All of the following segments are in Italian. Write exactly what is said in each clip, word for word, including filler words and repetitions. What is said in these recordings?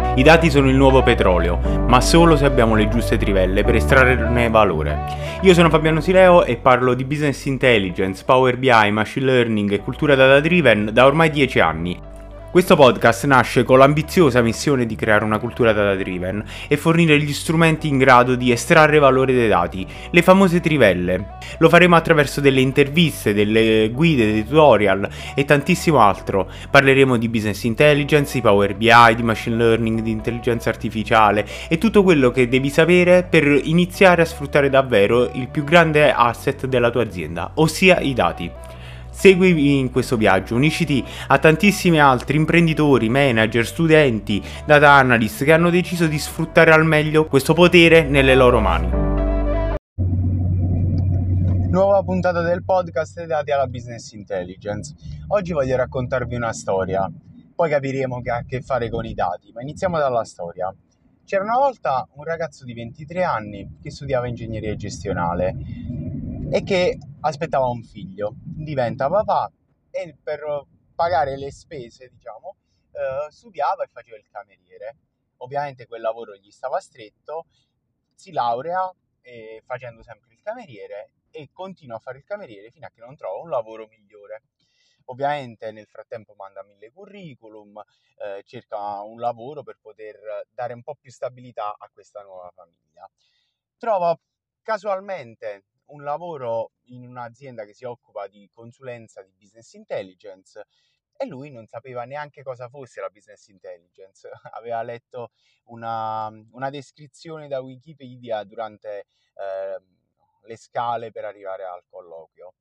I dati sono il nuovo petrolio, ma solo se abbiamo le giuste trivelle per estrarne valore. Io sono Fabiano Sileo e parlo di business intelligence, Power B I, machine learning e cultura data driven da ormai dieci anni. Questo podcast nasce con l'ambiziosa missione di creare una cultura data driven e fornire gli strumenti in grado di estrarre valore dai dati, le famose trivelle. Lo faremo attraverso delle interviste, delle guide, dei tutorial e tantissimo altro. Parleremo di business intelligence, di Power B I, di machine learning, di intelligenza artificiale e tutto quello che devi sapere per iniziare a sfruttare davvero il più grande asset della tua azienda, ossia i dati. Seguimi in questo viaggio, unisciti a tantissimi altri imprenditori, manager, studenti, data analyst che hanno deciso di sfruttare al meglio questo potere nelle loro mani. Nuova puntata del podcast dedicata alla business intelligence. Oggi voglio raccontarvi una storia, poi capiremo che ha a che fare con i dati, ma iniziamo dalla storia. C'era una volta un ragazzo di ventitré anni che studiava ingegneria gestionale e che aspettava un figlio, diventa papà e per pagare le spese, diciamo, eh, studiava e faceva il cameriere. Ovviamente quel lavoro gli stava stretto, si laurea eh, facendo sempre il cameriere e continua a fare il cameriere fino a che non trova un lavoro migliore. Ovviamente nel frattempo manda mille curriculum, eh, cerca un lavoro per poter dare un po' più stabilità a questa nuova famiglia. Trova casualmente un lavoro in un'azienda che si occupa di consulenza di business intelligence e lui non sapeva neanche cosa fosse la business intelligence. Aveva letto una, una descrizione da Wikipedia durante eh, le scale per arrivare al colloquio.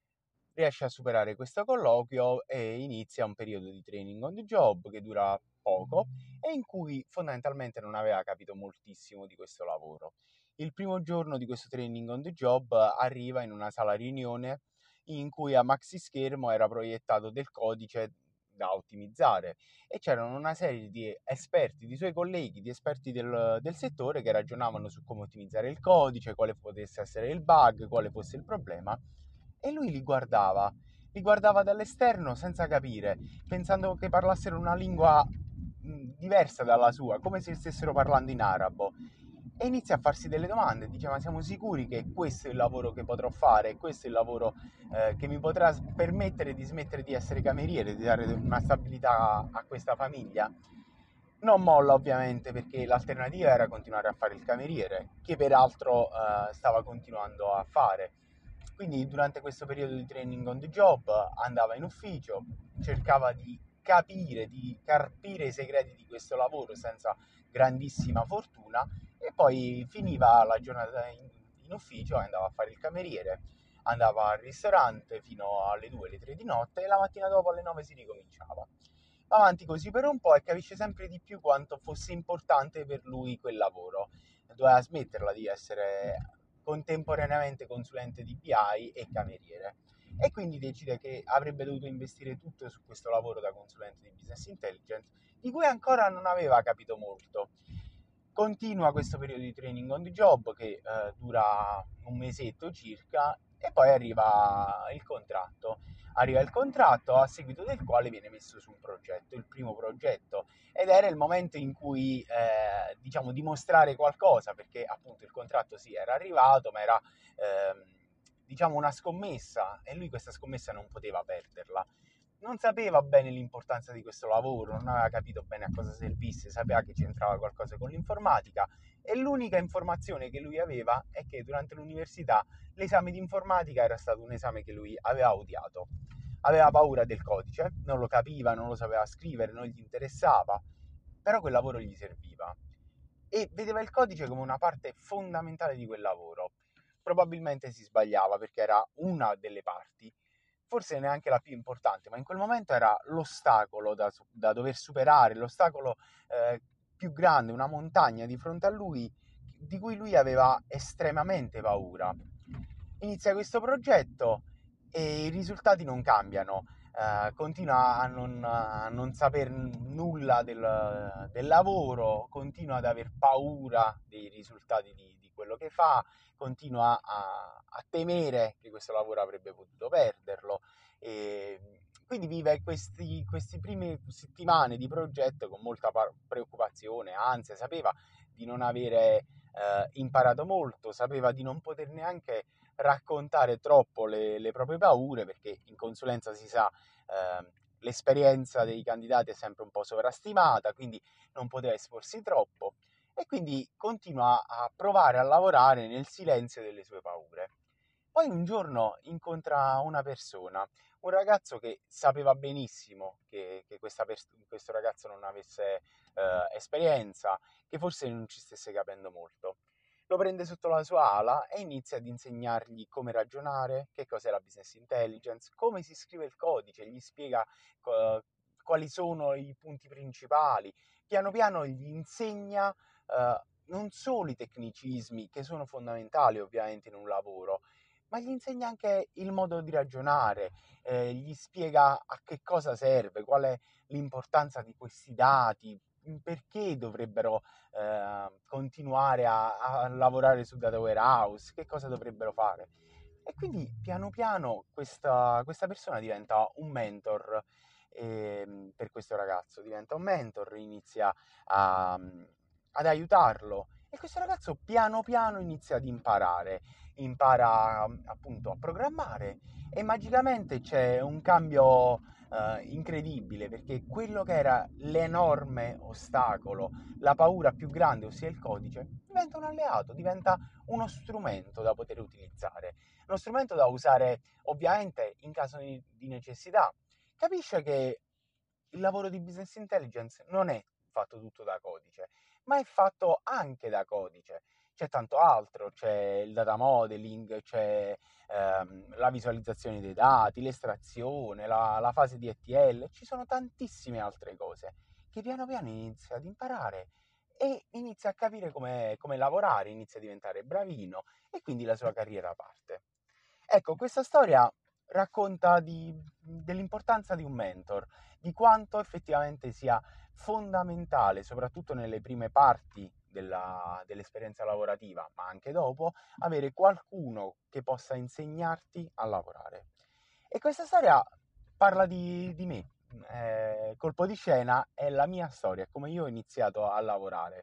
Riesce a superare questo colloquio e inizia un periodo di training on the job che dura poco e in cui fondamentalmente non aveva capito moltissimo di questo lavoro. Il primo giorno di questo training on the job arriva in una sala riunione in cui a maxi schermo era proiettato del codice da ottimizzare e c'erano una serie di esperti, di suoi colleghi, di esperti del, del settore che ragionavano su come ottimizzare il codice, quale potesse essere il bug, quale fosse il problema. E lui li guardava, li guardava dall'esterno senza capire, pensando che parlassero una lingua mh, diversa dalla sua, come se stessero parlando in arabo. E inizia a farsi delle domande, dice: ma siamo sicuri che questo è il lavoro che potrò fare, questo è il lavoro eh, che mi potrà permettere di smettere di essere cameriere, di dare una stabilità a questa famiglia? Non molla ovviamente, perché l'alternativa era continuare a fare il cameriere, che peraltro eh, stava continuando a fare. Quindi durante questo periodo di training on the job andava in ufficio, cercava di capire, di carpire i segreti di questo lavoro senza grandissima fortuna e poi finiva la giornata in, in ufficio e andava a fare il cameriere, andava al ristorante fino alle due, alle tre di notte e la mattina dopo alle nove si ricominciava. Va avanti così per un po' e capisce sempre di più quanto fosse importante per lui quel lavoro. Doveva smetterla di essere contemporaneamente consulente di B I e cameriere e quindi decide che avrebbe dovuto investire tutto su questo lavoro da consulente di business intelligence, di cui ancora non aveva capito molto. Continua questo periodo di training on the job che eh, dura un mesetto circa e poi arriva il contratto. Arriva il contratto a seguito del quale viene messo su un progetto, il primo progetto, ed era il momento in cui eh, diciamo dimostrare qualcosa, perché appunto il contratto sì era arrivato, ma era ehm, diciamo una scommessa e lui questa scommessa non poteva perderla. Non sapeva bene l'importanza di questo lavoro, non aveva capito bene a cosa servisse, sapeva che c'entrava qualcosa con l'informatica e l'unica informazione che lui aveva è che durante l'università l'esame di informatica era stato un esame che lui aveva odiato. Aveva paura del codice, non lo capiva, non lo sapeva scrivere, non gli interessava, però quel lavoro gli serviva e vedeva il codice come una parte fondamentale di quel lavoro. Probabilmente si sbagliava perché era una delle parti, forse neanche la più importante, ma in quel momento era l'ostacolo da, da dover superare, l'ostacolo eh, più grande, una montagna di fronte a lui di cui lui aveva estremamente paura. Inizia questo progetto e i risultati non cambiano, eh, continua a non, a non saper nulla del, del lavoro, continua ad aver paura dei risultati di, di quello che fa, continua a, a temere che questo lavoro avrebbe potuto perderlo e Quindi vive questi, questi prime settimane di progetto con molta par- preoccupazione, ansia, sapeva di non avere eh, imparato molto, sapeva di non poter neanche raccontare troppo le, le proprie paure, perché in consulenza si sa eh, l'esperienza dei candidati è sempre un po' sovrastimata, quindi non poteva esporsi troppo e quindi continua a provare a lavorare nel silenzio delle sue paure. Poi un giorno incontra una persona, un ragazzo che sapeva benissimo che, che questa pers- questo ragazzo non avesse eh, esperienza, che forse non ci stesse capendo molto. Lo prende sotto la sua ala e inizia ad insegnargli come ragionare, che cos'è la business intelligence, come si scrive il codice, gli spiega co- quali sono i punti principali. Piano piano gli insegna eh, non solo i tecnicismi, che sono fondamentali ovviamente in un lavoro, ma gli insegna anche il modo di ragionare, eh, gli spiega a che cosa serve, qual è l'importanza di questi dati, perché dovrebbero eh, continuare a, a lavorare su data warehouse, che cosa dovrebbero fare. E quindi piano piano questa, questa persona diventa un mentor ehm, per questo ragazzo, diventa un mentor, inizia a, ad aiutarlo e questo ragazzo piano piano inizia ad imparare, impara appunto a programmare e magicamente c'è un cambio eh, incredibile, perché quello che era l'enorme ostacolo, la paura più grande, ossia il codice, diventa un alleato, diventa uno strumento da poter utilizzare, uno strumento da usare ovviamente in caso di necessità. Capisce che il lavoro di business intelligence non è fatto tutto da codice, ma è fatto anche da codice. C'è tanto altro, c'è il data modeling, c'è ehm, la visualizzazione dei dati, l'estrazione, la, la fase di E T L, ci sono tantissime altre cose che piano piano inizia ad imparare e inizia a capire come, come lavorare, inizia a diventare bravino e quindi la sua carriera parte. Ecco, questa storia racconta di, dell'importanza di un mentor, di quanto effettivamente sia fondamentale, soprattutto nelle prime parti della, dell'esperienza lavorativa, ma anche dopo, avere qualcuno che possa insegnarti a lavorare. E questa storia parla di, di me. Eh, colpo di scena è la mia storia, come io ho iniziato a lavorare.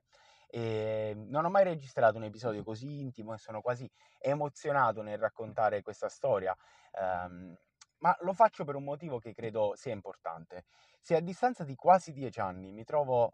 E non ho mai registrato un episodio così intimo e sono quasi emozionato nel raccontare questa storia, ehm, ma lo faccio per un motivo che credo sia importante. Se a distanza di quasi dieci anni mi trovo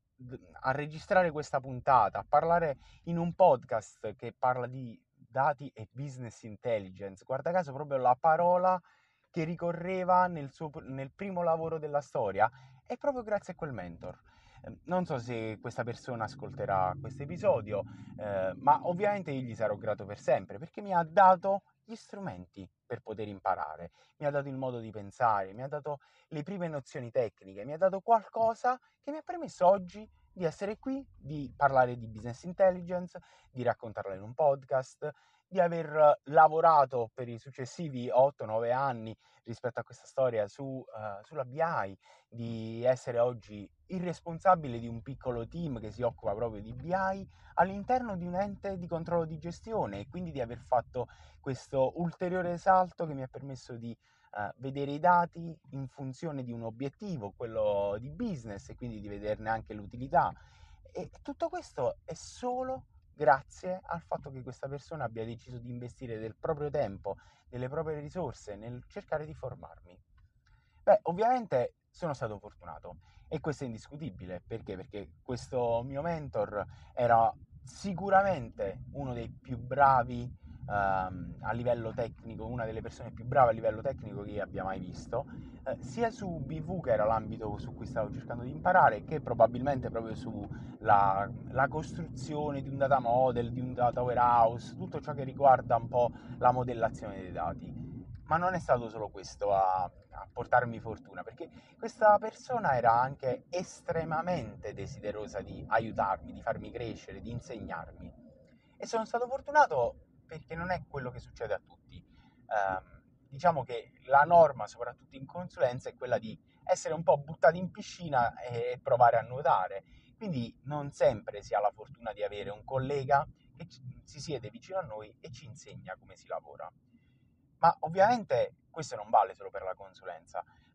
a registrare questa puntata, a parlare in un podcast che parla di dati e business intelligence, guarda caso proprio la parola che ricorreva nel, suo, nel primo lavoro della storia, è proprio grazie a quel mentor. Non so se questa persona ascolterà questo episodio, eh, ma ovviamente io gli sarò grato per sempre perché mi ha dato gli strumenti per poter imparare, mi ha dato il modo di pensare, mi ha dato le prime nozioni tecniche, mi ha dato qualcosa che mi ha permesso oggi di essere qui, di parlare di business intelligence, di raccontarla in un podcast, di aver lavorato per i successivi otto nove anni rispetto a questa storia su, uh, sulla B I, di essere oggi il responsabile di un piccolo team che si occupa proprio di B I all'interno di un ente di controllo di gestione e quindi di aver fatto questo ulteriore salto che mi ha permesso di uh, vedere i dati in funzione di un obiettivo, quello di business, e quindi di vederne anche l'utilità. E tutto questo è solo grazie al fatto che questa persona abbia deciso di investire del proprio tempo, delle proprie risorse nel cercare di formarmi. Beh, ovviamente sono stato fortunato e questo è indiscutibile. Perché? Perché questo mio mentor era sicuramente uno dei più bravi ehm, a livello tecnico, una delle persone più brave a livello tecnico che io abbia mai visto, eh, sia su B V, che era l'ambito su cui stavo cercando di imparare, che probabilmente proprio sulla la costruzione di un data model, di un data warehouse, tutto ciò che riguarda un po' la modellazione dei dati. Ma non è stato solo questo a, a portarmi fortuna, perché questa persona era anche estremamente desiderosa di aiutarmi, di farmi crescere, di insegnarmi. E sono stato fortunato perché non è quello che succede a tutti. Um, diciamo che la norma, soprattutto in consulenza, è quella di essere un po' buttati in piscina e provare a nuotare. Quindi non sempre si ha la fortuna di avere un collega che si siede vicino a noi e ci insegna come si lavora. Ma ovviamente questo non vale solo per la consulenza,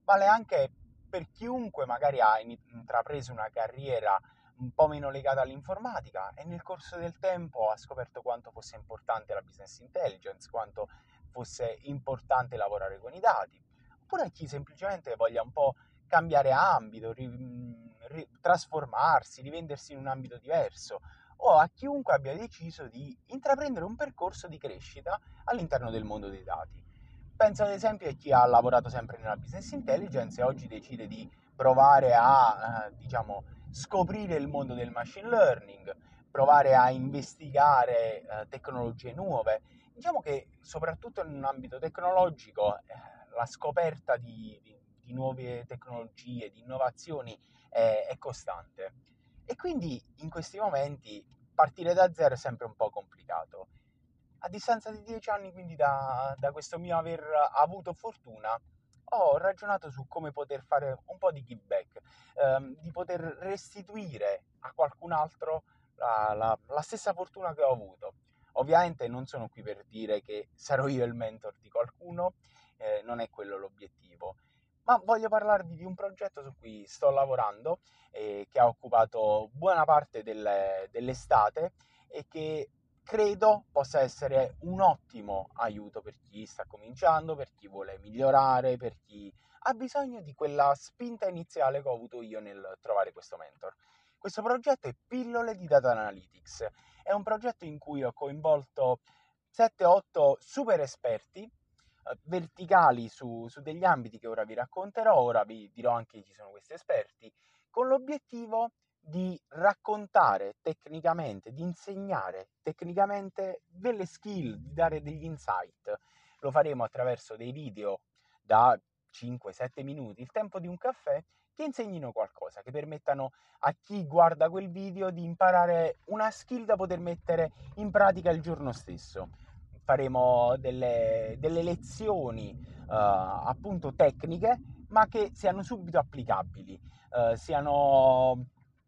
vale anche per chiunque magari ha intrapreso una carriera un po' meno legata all'informatica e nel corso del tempo ha scoperto quanto fosse importante la business intelligence, quanto fosse importante lavorare con i dati, oppure a chi semplicemente voglia un po' cambiare ambito, ri, ri, trasformarsi, rivendersi in un ambito diverso, o a chiunque abbia deciso di intraprendere un percorso di crescita all'interno del mondo dei dati. Penso ad esempio a chi ha lavorato sempre nella business intelligence e oggi decide di provare a, eh, diciamo, scoprire il mondo del machine learning, provare a investigare eh, tecnologie nuove. Diciamo che soprattutto in un ambito tecnologico eh, la scoperta di, di, di nuove tecnologie, di innovazioni è, è costante. E quindi in questi momenti partire da zero è sempre un po' complicato. A distanza di dieci anni, quindi, da, da questo mio aver avuto fortuna, ho ragionato su come poter fare un po' di give back, ehm, di poter restituire a qualcun altro la, la, la stessa fortuna che ho avuto. Ovviamente non sono qui per dire che sarò io il mentor di qualcuno, eh, non è quello l'obiettivo, ma voglio parlarvi di un progetto su cui sto lavorando, eh, che ha occupato buona parte delle, dell'estate e che credo possa essere un ottimo aiuto per chi sta cominciando, per chi vuole migliorare, per chi ha bisogno di quella spinta iniziale che ho avuto io nel trovare questo mentor. Questo progetto è Pillole di Data Analytics. È un progetto in cui ho coinvolto sette otto super esperti eh, verticali su, su degli ambiti che ora vi racconterò, ora vi dirò anche chi sono questi esperti, con l'obiettivo di raccontare tecnicamente, di insegnare tecnicamente delle skill, di dare degli insight. Lo faremo attraverso dei video da cinque sette minuti, il tempo di un caffè, che insegnino qualcosa, che permettano a chi guarda quel video di imparare una skill da poter mettere in pratica il giorno stesso. Faremo delle, delle lezioni uh, appunto tecniche, ma che siano subito applicabili, uh, siano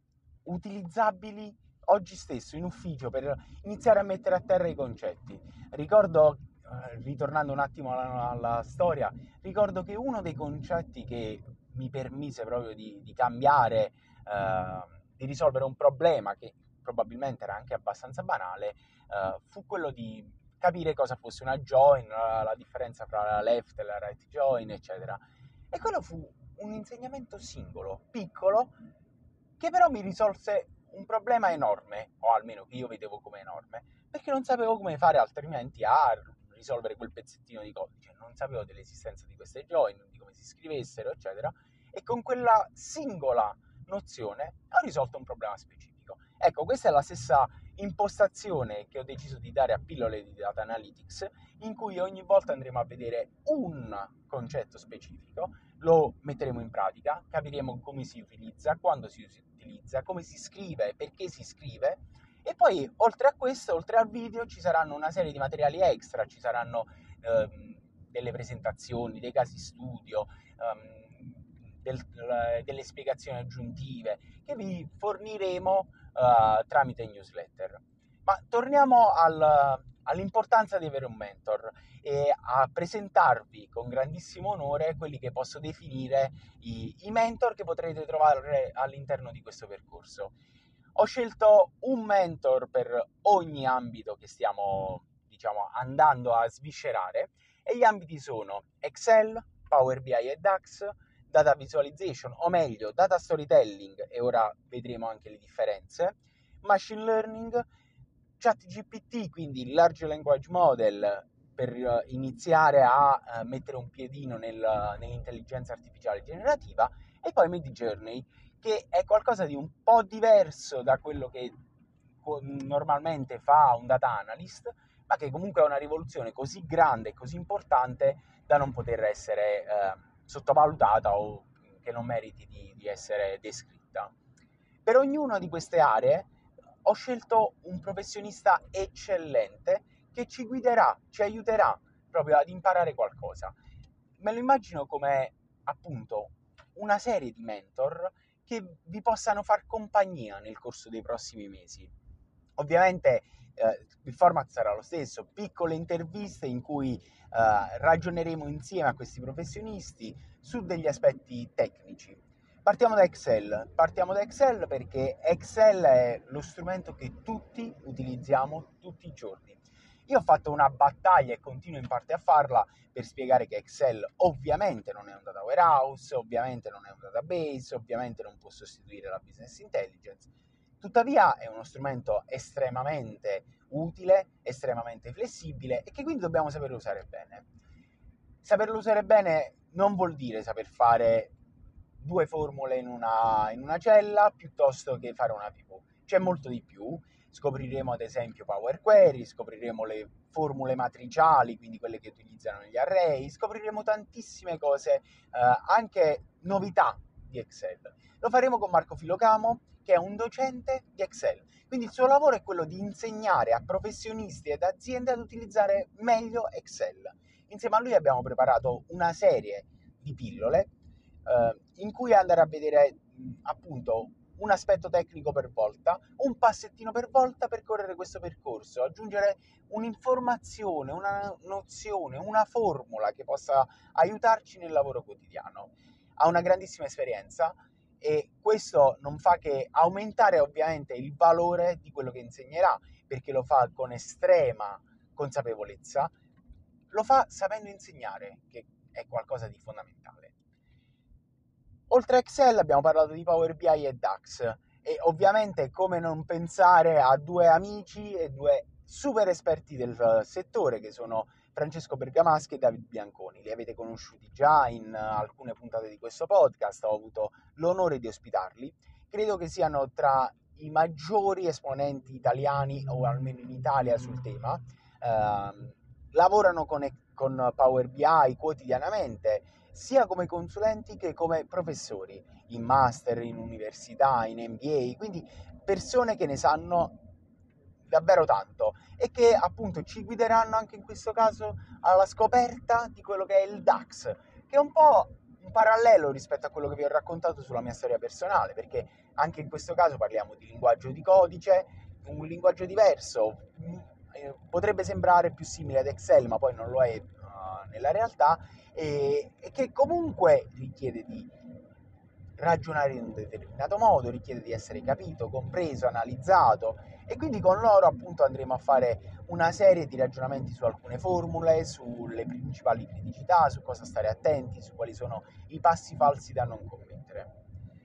utilizzabili oggi stesso in ufficio per iniziare a mettere a terra i concetti. Ricordo, eh, ritornando un attimo alla, alla storia, ricordo che uno dei concetti che mi permise proprio di, di cambiare, eh, di risolvere un problema che probabilmente era anche abbastanza banale, eh, fu quello di capire cosa fosse una join, la, la differenza fra la left e la right join, eccetera. E quello fu un insegnamento singolo, piccolo, che però mi risolse un problema enorme, o almeno che io vedevo come enorme, perché non sapevo come fare altrimenti a risolvere quel pezzettino di codice, non sapevo dell'esistenza di queste join, di come si scrivessero, eccetera, e con quella singola nozione ho risolto un problema specifico. Ecco, questa è la stessa impostazione che ho deciso di dare a Pillole di Data Analytics, in cui ogni volta andremo a vedere un concetto specifico, lo metteremo in pratica, capiremo come si utilizza, quando si utilizza, come si scrive, perché si scrive, e poi oltre a questo, oltre al video, ci saranno una serie di materiali extra, ci saranno ehm, delle presentazioni, dei casi studio, ehm, del, delle spiegazioni aggiuntive che vi forniremo uh, tramite newsletter. Ma torniamo al, all'importanza di avere un mentor e a presentarvi con grandissimo onore quelli che posso definire i, i mentor che potrete trovare all'interno di questo percorso. Ho scelto un mentor per ogni ambito che stiamo, diciamo, andando a sviscerare, e gli ambiti sono Excel, Power B I e DAX, Data Visualization, o meglio, Data Storytelling, e ora vedremo anche le differenze, Machine Learning, ChatGPT, quindi Large Language Model, per iniziare a uh, mettere un piedino nel, nell'intelligenza artificiale generativa, e poi Midjourney, che è qualcosa di un po' diverso da quello che normalmente fa un data analyst, ma che comunque è una rivoluzione così grande e così importante da non poter essere uh, sottovalutata o che non meriti di, di essere descritta. Per ognuna di queste aree ho scelto un professionista eccellente che ci guiderà, ci aiuterà proprio ad imparare qualcosa. Me lo immagino come appunto una serie di mentor che vi possano far compagnia nel corso dei prossimi mesi. Ovviamente eh, il format sarà lo stesso, piccole interviste in cui eh, ragioneremo insieme a questi professionisti su degli aspetti tecnici. Partiamo da Excel, partiamo da Excel perché Excel è lo strumento che tutti utilizziamo tutti i giorni. Io ho fatto una battaglia e continuo in parte a farla per spiegare che Excel ovviamente non è un data warehouse, ovviamente non è un database, ovviamente non può sostituire la business intelligence. Tuttavia è uno strumento estremamente utile, estremamente flessibile e che quindi dobbiamo saperlo usare bene. Saperlo usare bene non vuol dire saper fare due formule in una, in una cella piuttosto che fare una pivot. C'è molto di più. Scopriremo ad esempio Power Query, scopriremo le formule matriciali, quindi quelle che utilizzano gli array, scopriremo tantissime cose, eh, anche novità di Excel. Lo faremo con Marco Filocamo, che è un docente di Excel. Quindi il suo lavoro è quello di insegnare a professionisti ed aziende ad utilizzare meglio Excel. Insieme a lui abbiamo preparato una serie di pillole eh, in cui andare a vedere mh, appunto un aspetto tecnico per volta, un passettino per volta per correre questo percorso, aggiungere un'informazione, una nozione, una formula che possa aiutarci nel lavoro quotidiano. Ha una grandissima esperienza e questo non fa che aumentare ovviamente il valore di quello che insegnerà, perché lo fa con estrema consapevolezza, lo fa sapendo insegnare, che è qualcosa di fondamentale. Oltre a Excel abbiamo parlato di Power B I e DAX e ovviamente come non pensare a due amici e due super esperti del settore che sono Francesco Bergamaschi e David Bianconi. Li avete conosciuti già in alcune puntate di questo podcast, ho avuto l'onore di ospitarli. Credo che siano tra i maggiori esponenti italiani, o almeno in Italia, sul tema. Eh, lavorano con, con Power B I quotidianamente, sia come consulenti che come professori, in master, in università, in M B A, quindi persone che ne sanno davvero tanto e che appunto ci guideranno anche in questo caso alla scoperta di quello che è il DAX, che è un po' un parallelo rispetto a quello che vi ho raccontato sulla mia storia personale, perché anche in questo caso parliamo di linguaggio di codice, un linguaggio diverso, potrebbe sembrare più simile ad Excel, ma poi non lo è uh, nella realtà, e, e che comunque richiede di ragionare in un determinato modo, richiede di essere capito, compreso, analizzato, e quindi con loro appunto andremo a fare una serie di ragionamenti su alcune formule, sulle principali criticità, su cosa stare attenti, su quali sono i passi falsi da non commettere.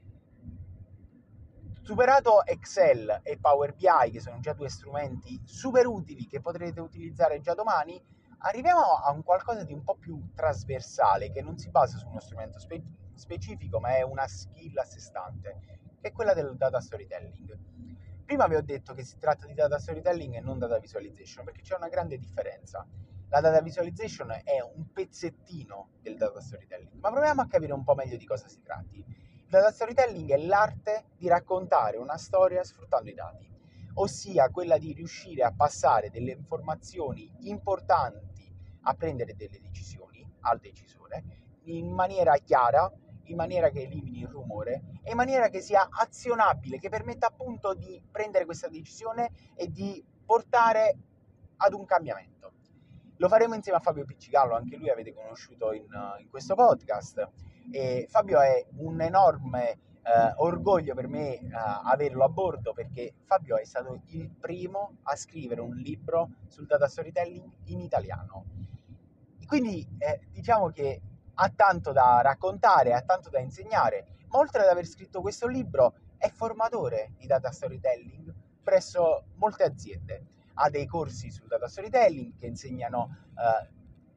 Superato Excel e Power B I, che sono già due strumenti super utili che potrete utilizzare già domani, arriviamo a un qualcosa di un po' più trasversale, che non si basa su uno strumento spe- specifico, ma è una skill a sé stante, che è quella del data storytelling. Prima vi ho detto che si tratta di data storytelling e non data visualization, perché c'è una grande differenza. La data visualization è un pezzettino del data storytelling, ma proviamo a capire un po' meglio di cosa si tratti. Il data storytelling è l'arte di raccontare una storia sfruttando i dati, ossia quella di riuscire a passare delle informazioni importanti a prendere delle decisioni al decisore in maniera chiara, in maniera che elimini il rumore e in maniera che sia azionabile, che permetta appunto di prendere questa decisione e di portare ad un cambiamento. Lo faremo insieme a Fabio Piccigallo, anche lui avete conosciuto in, in questo podcast. E Fabio è un enorme eh, orgoglio per me eh, averlo a bordo, perché Fabio è stato il primo a scrivere un libro sul data storytelling in italiano. Quindi eh, diciamo che ha tanto da raccontare, ha tanto da insegnare, ma oltre ad aver scritto questo libro è formatore di data storytelling presso molte aziende. Ha dei corsi sul data storytelling che insegnano eh,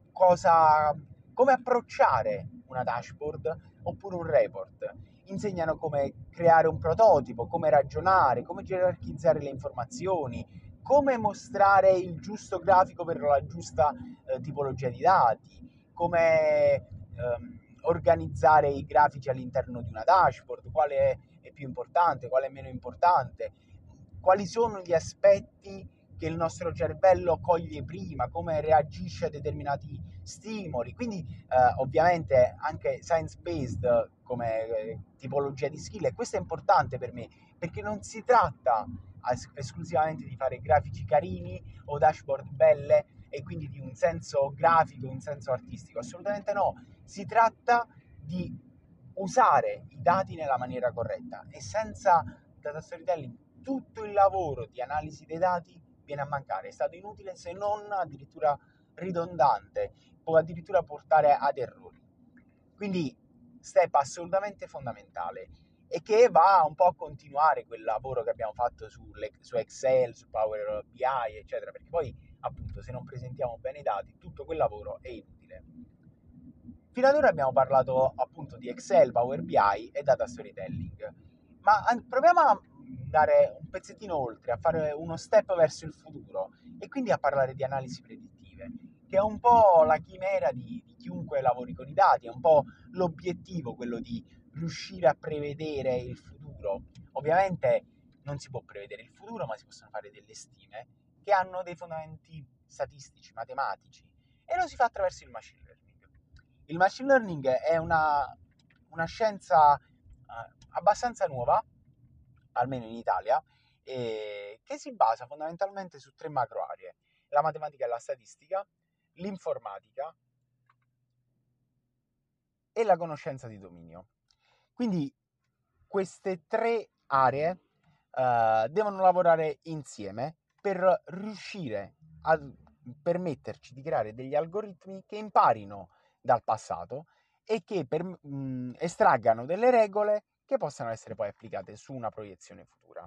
cosa, come approcciare una dashboard oppure un report, insegnano come creare un prototipo, come ragionare, come gerarchizzare le informazioni, come mostrare il giusto grafico per la giusta eh, tipologia di dati, come ehm, organizzare i grafici all'interno di una dashboard, quale è, è più importante, quale è meno importante, quali sono gli aspetti che il nostro cervello coglie prima, come reagisce a determinati stimoli. Quindi eh, ovviamente anche science-based come eh, tipologia di skill, e questo è importante per me, perché non si tratta es- esclusivamente di fare grafici carini o dashboard belle e quindi di un senso grafico, un senso artistico. Assolutamente no, si tratta di usare i dati nella maniera corretta e senza data storytelling tutto il lavoro di analisi dei dati viene a mancare, è stato inutile se non addirittura ridondante, può addirittura portare ad errori. Quindi step assolutamente fondamentale e che va un po' a continuare quel lavoro che abbiamo fatto sulle, su Excel, su Power B I, eccetera, perché poi appunto se non presentiamo bene i dati tutto quel lavoro è inutile. Fino ad ora abbiamo parlato appunto di Excel, Power B I e data storytelling, ma proviamo a andare un pezzettino oltre, a fare uno step verso il futuro e quindi a parlare di analisi predittive, che è un po' la chimera di, di chiunque lavori con i dati, è un po' l'obiettivo, quello di riuscire a prevedere il futuro. Ovviamente non si può prevedere il futuro, ma si possono fare delle stime che hanno dei fondamenti statistici, matematici, e lo si fa attraverso il machine learning. Il machine learning è una, una scienza eh, abbastanza nuova, almeno in Italia, eh, che si basa fondamentalmente su tre macro aree: la matematica e la statistica, l'informatica e la conoscenza di dominio. Quindi queste tre aree eh, devono lavorare insieme per riuscire a permetterci di creare degli algoritmi che imparino dal passato e che per, mh, estraggano delle regole che possano essere poi applicate su una proiezione futura.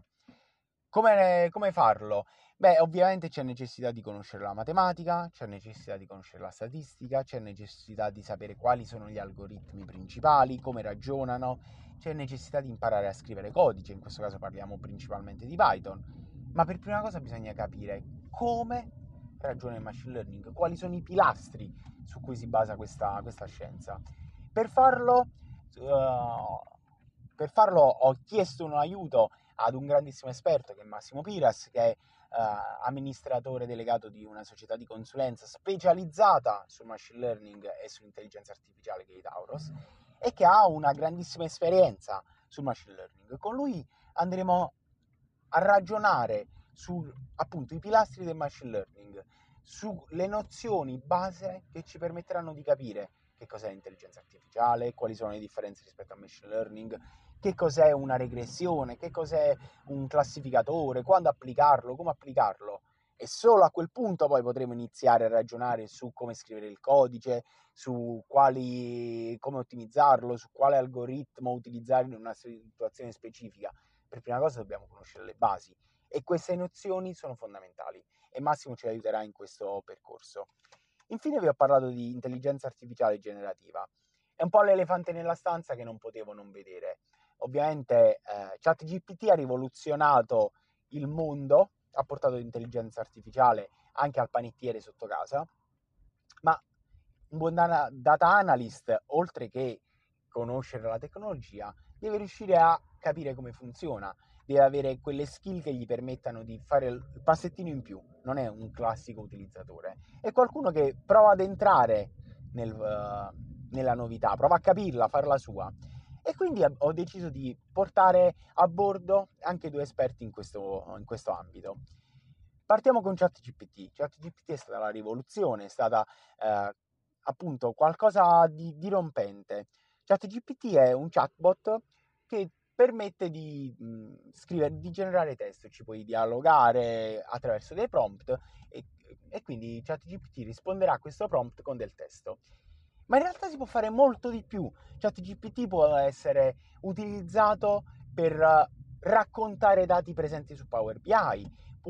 Come, come farlo? Beh, ovviamente c'è necessità di conoscere la matematica, c'è necessità di conoscere la statistica, c'è necessità di sapere quali sono gli algoritmi principali, come ragionano, c'è necessità di imparare a scrivere codice, in questo caso parliamo principalmente di Python, ma per prima cosa bisogna capire come ragiona il machine learning, quali sono i pilastri su cui si basa questa, questa scienza. Per farlo, uh, per farlo ho chiesto un aiuto ad un grandissimo esperto che è Massimo Piras, che è uh, amministratore delegato di una società di consulenza specializzata sul machine learning e sull'intelligenza artificiale, che è Tauros, e che ha una grandissima esperienza sul machine learning. Con lui andremo a ragionare su appunto i pilastri del machine learning, sulle nozioni base che ci permetteranno di capire che cos'è l'intelligenza artificiale, quali sono le differenze rispetto al machine learning, che cos'è una regressione, che cos'è un classificatore, quando applicarlo, come applicarlo. E solo a quel punto poi potremo iniziare a ragionare su come scrivere il codice, su quali, come ottimizzarlo, su quale algoritmo utilizzare in una situazione specifica. Per prima cosa dobbiamo conoscere le basi e queste nozioni sono fondamentali e Massimo ci aiuterà in questo percorso. Infine vi ho parlato di intelligenza artificiale generativa. È un po' l'elefante nella stanza che non potevo non vedere. Ovviamente eh, ChatGPT ha rivoluzionato il mondo, ha portato l'intelligenza artificiale anche al panettiere sotto casa, ma un buon data analyst, oltre che conoscere la tecnologia, deve riuscire a capire come funziona, deve avere quelle skill che gli permettano di fare il passettino in più, non è un classico utilizzatore, è qualcuno che prova ad entrare nel, uh, nella novità, prova a capirla, a farla sua. E quindi ho deciso di portare a bordo anche due esperti in questo, in questo ambito. Partiamo con ChatGPT. ChatGPT è stata la rivoluzione, è stata eh, appunto qualcosa di dirompente. ChatGPT è un chatbot che permette di mh, scrivere, di generare testo, ci puoi dialogare attraverso dei prompt e, e quindi ChatGPT risponderà a questo prompt con del testo. Ma in realtà si può fare molto di più. ChatGPT può essere utilizzato per uh, raccontare dati presenti su Power B I,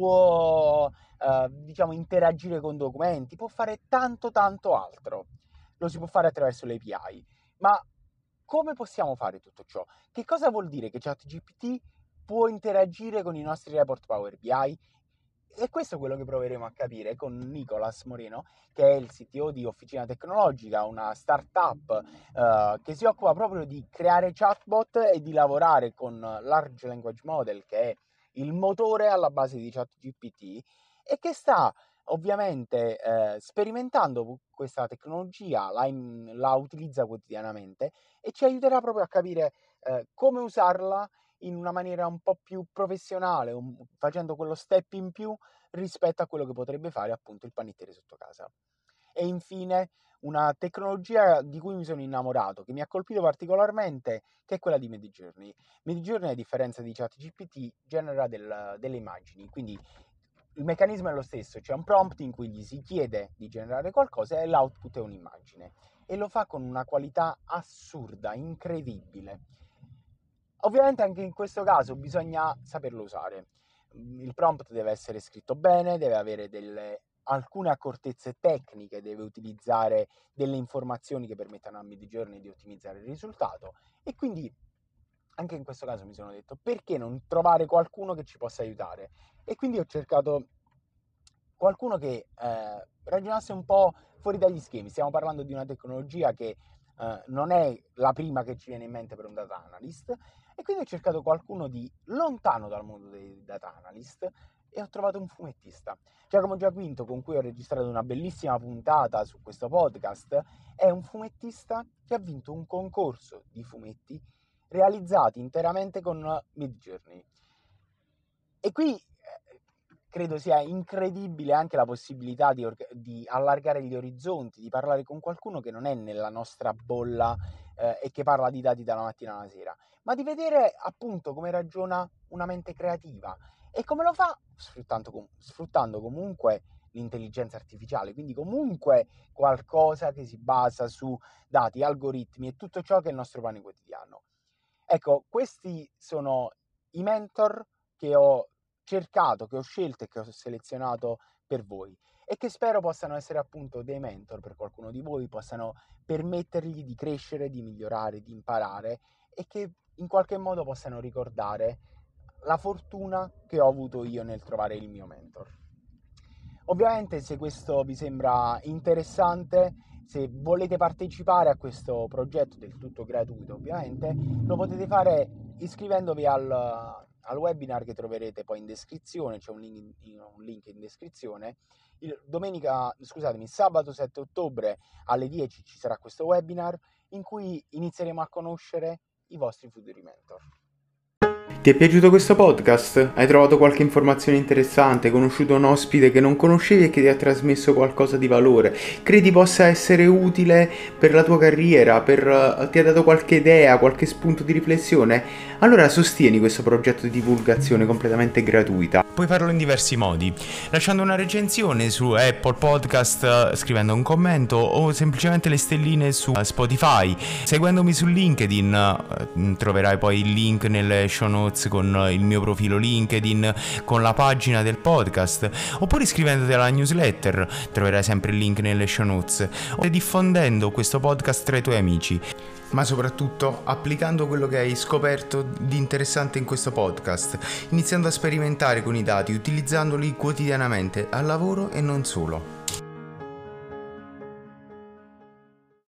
può uh, diciamo interagire con documenti, può fare tanto tanto altro. Lo si può fare attraverso le A P I. Ma come possiamo fare tutto ciò? Che cosa vuol dire che ChatGPT può interagire con i nostri report Power B I? E questo è quello che proveremo a capire con Nicolas Moreno, che è il C T O di Officina Tecnologica, una startup eh, che si occupa proprio di creare chatbot e di lavorare con Large Language Model, che è il motore alla base di ChatGPT, e che sta ovviamente eh, sperimentando questa tecnologia, la, la utilizza quotidianamente e ci aiuterà proprio a capire eh, come usarla in una maniera un po' più professionale, un, facendo quello step in più rispetto a quello che potrebbe fare appunto il panettiere sotto casa. E infine una tecnologia di cui mi sono innamorato, che mi ha colpito particolarmente, che è quella di Midjourney. Midjourney, a differenza di ChatGPT, genera del, delle immagini, quindi il meccanismo è lo stesso, c'è un prompt in cui gli si chiede di generare qualcosa e l'output è un'immagine, e lo fa con una qualità assurda, incredibile. Ovviamente anche in questo caso bisogna saperlo usare. Il prompt deve essere scritto bene, deve avere delle alcune accortezze tecniche, deve utilizzare delle informazioni che permettano a Midjourney di ottimizzare il risultato, e quindi anche in questo caso mi sono detto: perché non trovare qualcuno che ci possa aiutare? E quindi ho cercato qualcuno che eh, ragionasse un po' fuori dagli schemi. Stiamo parlando di una tecnologia che eh, non è la prima che ci viene in mente per un data analyst, e quindi ho cercato qualcuno di lontano dal mondo dei data analyst e ho trovato un fumettista. Giacomo Giaquinto, con cui ho registrato una bellissima puntata su questo podcast, è un fumettista che ha vinto un concorso di fumetti realizzati interamente con Midjourney. E qui eh, credo sia incredibile anche la possibilità di, orga- di allargare gli orizzonti, di parlare con qualcuno che non è nella nostra bolla eh, e che parla di dati dalla mattina alla sera, ma di vedere appunto come ragiona una mente creativa e come lo fa sfruttando, com- sfruttando comunque l'intelligenza artificiale, quindi comunque qualcosa che si basa su dati, algoritmi e tutto ciò che è il nostro pane quotidiano. Ecco, questi sono i mentor che ho cercato, che ho scelto e che ho selezionato per voi, e che spero possano essere appunto dei mentor per qualcuno di voi, possano permettergli di crescere, di migliorare, di imparare, e che in qualche modo possano ricordare la fortuna che ho avuto io nel trovare il mio mentor. Ovviamente, se questo vi sembra interessante, se volete partecipare a questo progetto del tutto gratuito, ovviamente lo potete fare iscrivendovi al, al webinar che troverete poi in descrizione. C'è un link in, un link in descrizione. Il, domenica, scusatemi, sabato sette ottobre alle dieci ci sarà questo webinar in cui inizieremo a conoscere i vostri futuri mentor. Ti è piaciuto questo podcast? Hai trovato qualche informazione interessante? Hai conosciuto un ospite che non conoscevi e che ti ha trasmesso qualcosa di valore? Credi possa essere utile per la tua carriera? Per, ti ha dato qualche idea, qualche spunto di riflessione? Allora sostieni questo progetto di divulgazione completamente gratuita. Puoi farlo in diversi modi: lasciando una recensione su Apple Podcast, scrivendo un commento, o semplicemente le stelline su Spotify. Seguendomi su LinkedIn, troverai poi il link nelle show notes con il mio profilo LinkedIn, con la pagina del podcast, oppure iscrivendoti alla newsletter, troverai sempre il link nelle show notes, o diffondendo questo podcast tra i tuoi amici, ma soprattutto applicando quello che hai scoperto di interessante in questo podcast, iniziando a sperimentare con i dati, utilizzandoli quotidianamente al lavoro e non solo.